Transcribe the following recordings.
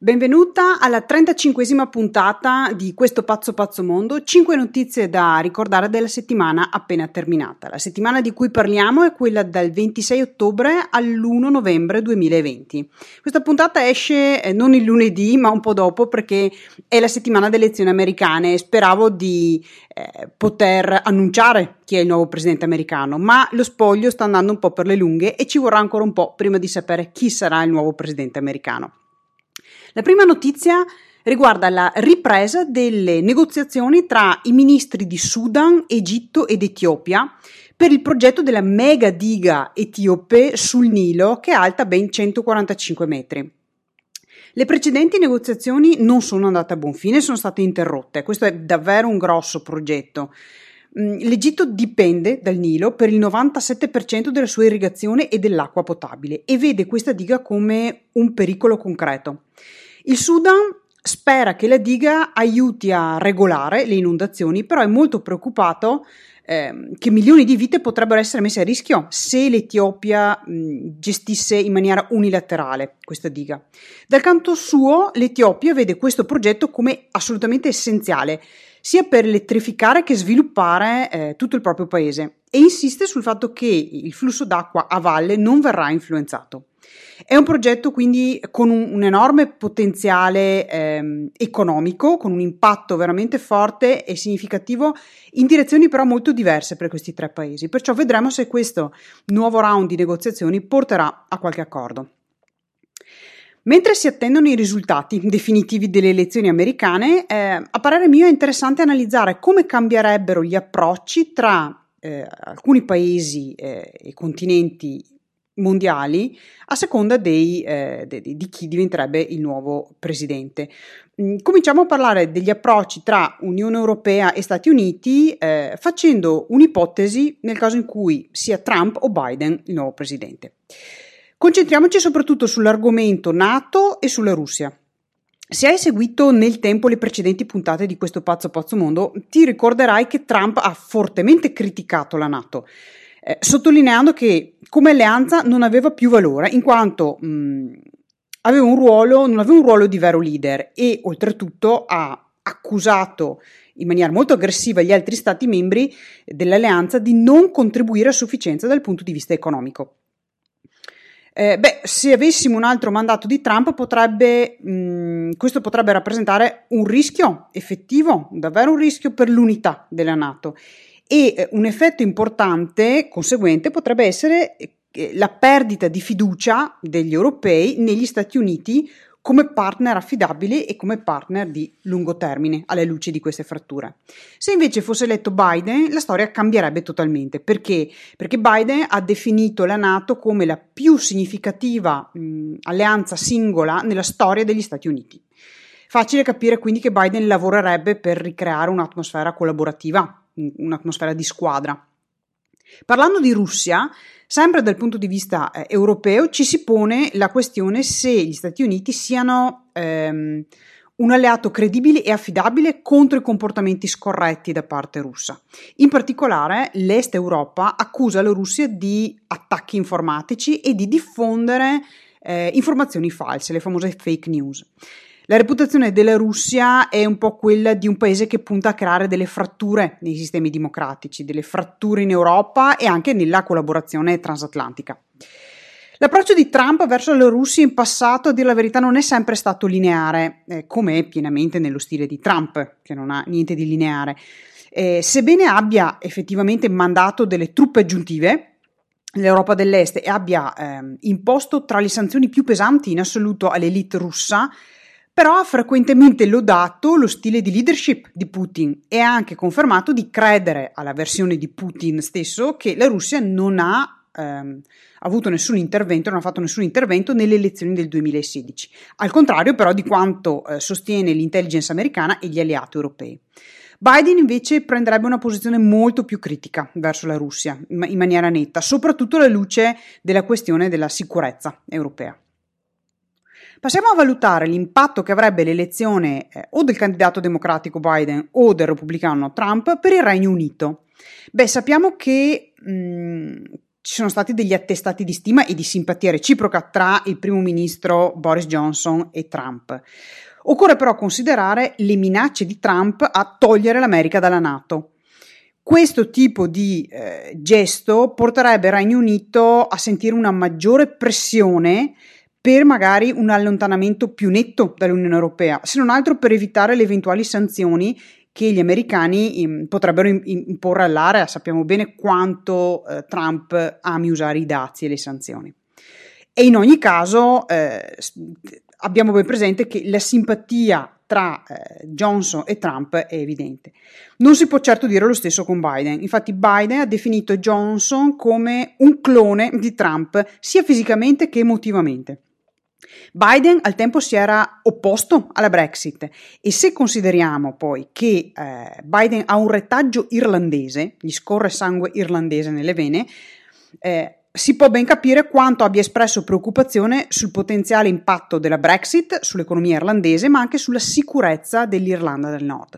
Benvenuta alla 35esima puntata di Questo Pazzo Pazzo Mondo, 5 notizie da ricordare della settimana appena terminata. La settimana di cui parliamo è quella dal 26 ottobre all'1 novembre 2020. Questa puntata esce non il lunedì ma un po' dopo perché è la settimana delle elezioni americane e speravo di poter annunciare chi è il nuovo presidente americano, ma lo spoglio sta andando un po' per le lunghe e ci vorrà ancora un po' prima di sapere chi sarà il nuovo presidente americano. La prima notizia riguarda la ripresa delle negoziazioni tra i ministri di Sudan, Egitto ed Etiopia per il progetto della mega diga etiope sul Nilo che è alta ben 145 metri. Le precedenti negoziazioni non sono andate a buon fine, sono state interrotte. Questo è davvero un grosso progetto. L'Egitto dipende dal Nilo per il 97% della sua irrigazione e dell'acqua potabile e vede questa diga come un pericolo concreto. Il Sudan spera che la diga aiuti a regolare le inondazioni, però è molto preoccupato che milioni di vite potrebbero essere messe a rischio se l'Etiopia gestisse in maniera unilaterale questa diga. Dal canto suo, l'Etiopia vede questo progetto come assolutamente essenziale, sia per elettrificare che sviluppare tutto il proprio paese e insiste sul fatto che il flusso d'acqua a valle non verrà influenzato. È un progetto quindi con un enorme potenziale economico, con un impatto veramente forte e significativo in direzioni però molto diverse per questi tre paesi, perciò vedremo se questo nuovo round di negoziazioni porterà a qualche accordo. Mentre si attendono i risultati definitivi delle elezioni americane, a parere mio è interessante analizzare come cambierebbero gli approcci tra alcuni paesi e continenti mondiali a seconda di chi diventerebbe il nuovo presidente. Cominciamo a parlare degli approcci tra Unione Europea e Stati Uniti facendo un'ipotesi nel caso in cui sia Trump o Biden il nuovo presidente. Concentriamoci soprattutto sull'argomento NATO e sulla Russia. Se hai seguito nel tempo le precedenti puntate di Questo Pazzo Pazzo Mondo, ti ricorderai che Trump ha fortemente criticato la NATO, sottolineando che come alleanza non aveva più valore, in quanto non aveva un ruolo di vero leader e oltretutto ha accusato in maniera molto aggressiva gli altri stati membri dell'alleanza di non contribuire a sufficienza dal punto di vista economico. Se avessimo un altro mandato di Trump questo potrebbe rappresentare un rischio effettivo, davvero un rischio per l'unità della NATO e un effetto importante conseguente potrebbe essere la perdita di fiducia degli europei negli Stati Uniti come partner affidabili e come partner di lungo termine alla luce di queste fratture. Se invece fosse eletto Biden, la storia cambierebbe totalmente. Perché? Perché Biden ha definito la NATO come la più significativa alleanza singola nella storia degli Stati Uniti. Facile capire quindi che Biden lavorerebbe per ricreare un'atmosfera collaborativa, un'atmosfera di squadra. Parlando di Russia, sempre dal punto di vista europeo, ci si pone la questione se gli Stati Uniti siano un alleato credibile e affidabile contro i comportamenti scorretti da parte russa. In particolare, l'Est Europa accusa la Russia di attacchi informatici e di diffondere informazioni false, le famose fake news. La reputazione della Russia è un po' quella di un paese che punta a creare delle fratture nei sistemi democratici, delle fratture in Europa e anche nella collaborazione transatlantica. L'approccio di Trump verso la Russia in passato, a dire la verità, non è sempre stato lineare, come è pienamente nello stile di Trump, che non ha niente di lineare. Sebbene abbia effettivamente mandato delle truppe aggiuntive, l'Europa dell'Est e abbia imposto tra le sanzioni più pesanti in assoluto all'elite russa, però ha frequentemente lodato lo stile di leadership di Putin e ha anche confermato di credere alla versione di Putin stesso che la Russia non ha avuto nessun intervento, non ha fatto nessun intervento nelle elezioni del 2016, al contrario però di quanto sostiene l'intelligence americana e gli alleati europei. Biden invece prenderebbe una posizione molto più critica verso la Russia, in maniera netta, soprattutto alla luce della questione della sicurezza europea. Passiamo a valutare l'impatto che avrebbe l'elezione o del candidato democratico Biden o del repubblicano Trump per il Regno Unito. Sappiamo che ci sono stati degli attestati di stima e di simpatia reciproca tra il primo ministro Boris Johnson e Trump. Occorre però considerare le minacce di Trump a togliere l'America dalla NATO. Questo tipo di gesto porterebbe il Regno Unito a sentire una maggiore pressione per magari un allontanamento più netto dall'Unione Europea, se non altro per evitare le eventuali sanzioni che gli americani potrebbero imporre all'area. Sappiamo bene quanto Trump ami usare i dazi e le sanzioni. E in ogni caso abbiamo ben presente che la simpatia tra Johnson e Trump è evidente. Non si può certo dire lo stesso con Biden. Infatti Biden ha definito Johnson come un clone di Trump, sia fisicamente che emotivamente. Biden al tempo si era opposto alla Brexit e se consideriamo poi che Biden ha un retaggio irlandese, gli scorre sangue irlandese nelle vene, si può ben capire quanto abbia espresso preoccupazione sul potenziale impatto della Brexit sull'economia irlandese, ma anche sulla sicurezza dell'Irlanda del Nord.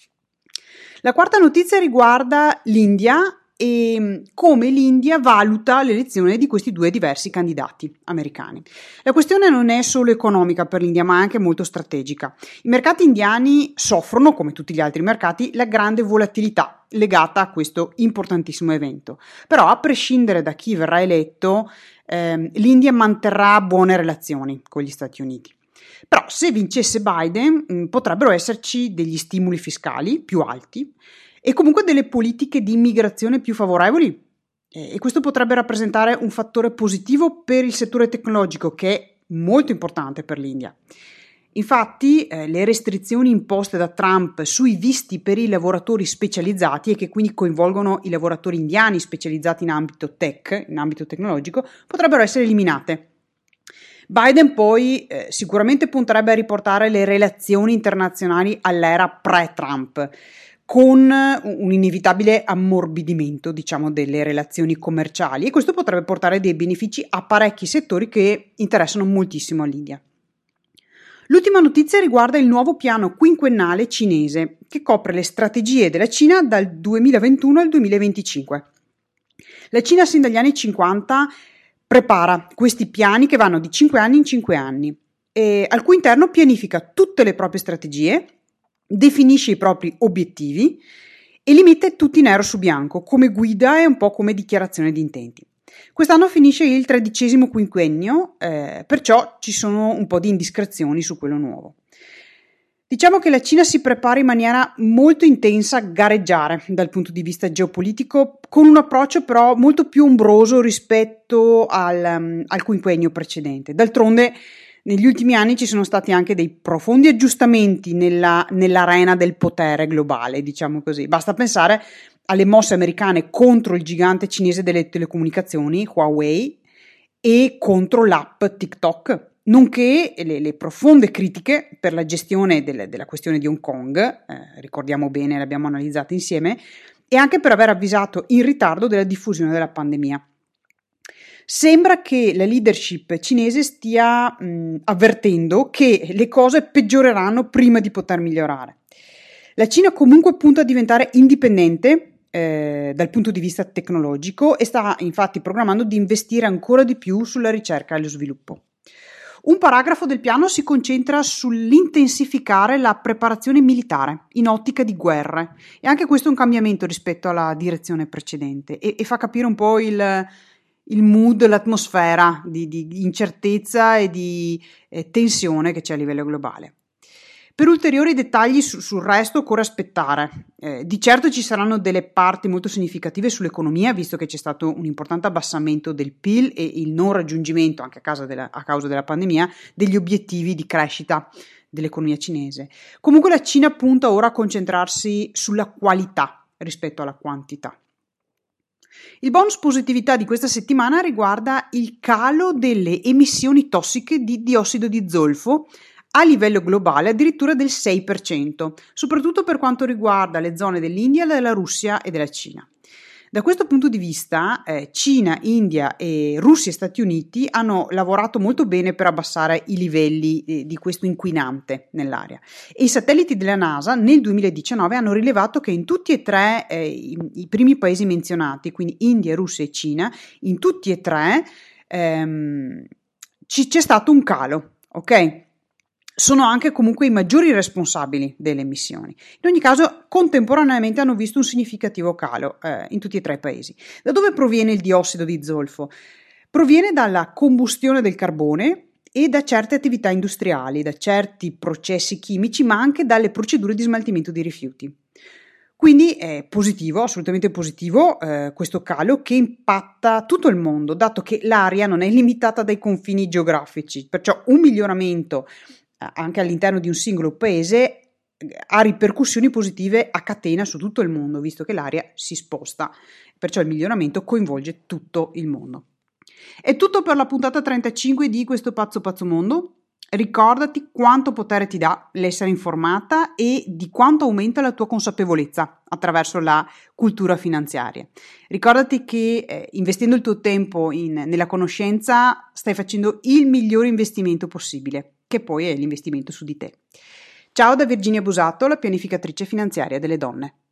La quarta notizia riguarda l'India e come l'India valuta l'elezione di questi due diversi candidati americani. La questione non è solo economica per l'India, ma anche molto strategica. I mercati indiani soffrono, come tutti gli altri mercati, la grande volatilità legata a questo importantissimo evento. Però, a prescindere da chi verrà eletto, l'India manterrà buone relazioni con gli Stati Uniti. Però, se vincesse Biden, potrebbero esserci degli stimoli fiscali più alti e comunque delle politiche di immigrazione più favorevoli. E questo potrebbe rappresentare un fattore positivo per il settore tecnologico, che è molto importante per l'India. Infatti, le restrizioni imposte da Trump sui visti per i lavoratori specializzati e che quindi coinvolgono i lavoratori indiani specializzati in ambito tech, in ambito tecnologico, potrebbero essere eliminate. Biden poi sicuramente punterebbe a riportare le relazioni internazionali all'era pre-Trump, con un inevitabile ammorbidimento, diciamo, delle relazioni commerciali, e questo potrebbe portare dei benefici a parecchi settori che interessano moltissimo all'India. L'ultima notizia riguarda il nuovo piano quinquennale cinese che copre le strategie della Cina dal 2021 al 2025. La Cina sin dagli anni 50 prepara questi piani che vanno di 5 anni in 5 anni, al cui interno pianifica tutte le proprie strategie, definisce i propri obiettivi e li mette tutti nero su bianco come guida e un po' come dichiarazione di intenti. Quest'anno finisce il 13° quinquennio, perciò ci sono un po' di indiscrezioni su quello nuovo. Diciamo che la Cina si prepara in maniera molto intensa a gareggiare dal punto di vista geopolitico, con un approccio però molto più ombroso rispetto al quinquennio precedente. D'altronde negli ultimi anni ci sono stati anche dei profondi aggiustamenti nell'arena del potere globale, diciamo così. Basta pensare alle mosse americane contro il gigante cinese delle telecomunicazioni, Huawei, e contro l'app TikTok, nonché le profonde critiche per la gestione della questione di Hong Kong, ricordiamo bene, l'abbiamo analizzata insieme, e anche per aver avvisato in ritardo della diffusione della pandemia. Sembra che la leadership cinese stia avvertendo che le cose peggioreranno prima di poter migliorare. La Cina comunque punta a diventare indipendente dal punto di vista tecnologico e sta infatti programmando di investire ancora di più sulla ricerca e lo sviluppo. Un paragrafo del piano si concentra sull'intensificare la preparazione militare in ottica di guerre, e anche questo è un cambiamento rispetto alla direzione precedente e fa capire un po' il mood, l'atmosfera di incertezza e di tensione che c'è a livello globale. Per ulteriori dettagli sul resto occorre aspettare. Di certo ci saranno delle parti molto significative sull'economia, visto che c'è stato un importante abbassamento del PIL e il non raggiungimento, anche a causa della pandemia, degli obiettivi di crescita dell'economia cinese. Comunque la Cina punta ora a concentrarsi sulla qualità rispetto alla quantità. Il bonus positività di questa settimana riguarda il calo delle emissioni tossiche di diossido di zolfo a livello globale addirittura del 6%, soprattutto per quanto riguarda le zone dell'India, della Russia e della Cina. Da questo punto di vista, Cina, India e Russia e Stati Uniti hanno lavorato molto bene per abbassare i livelli di questo inquinante nell'aria. E i satelliti della NASA nel 2019 hanno rilevato che in tutti e tre i primi paesi menzionati, quindi India, Russia e Cina, in tutti e tre c'è stato un calo, ok? Sono anche comunque i maggiori responsabili delle emissioni. In ogni caso, contemporaneamente hanno visto un significativo calo in tutti e tre i paesi. Da dove proviene il diossido di zolfo? Proviene dalla combustione del carbone e da certe attività industriali, da certi processi chimici, ma anche dalle procedure di smaltimento di rifiuti. Quindi è positivo, assolutamente positivo, questo calo che impatta tutto il mondo, dato che l'aria non è limitata dai confini geografici, perciò un miglioramento anche all'interno di un singolo paese ha ripercussioni positive a catena su tutto il mondo, visto che l'aria si sposta, perciò il miglioramento coinvolge tutto il mondo. È tutto per la puntata 35 di questo Pazzo Mondo. Ricordati quanto potere ti dà l'essere informata e di quanto aumenta la tua consapevolezza attraverso la cultura finanziaria. Ricordati che investendo il tuo tempo nella conoscenza stai facendo il migliore investimento possibile, che poi è l'investimento su di te. Ciao da Virginia Busato, la pianificatrice finanziaria delle donne.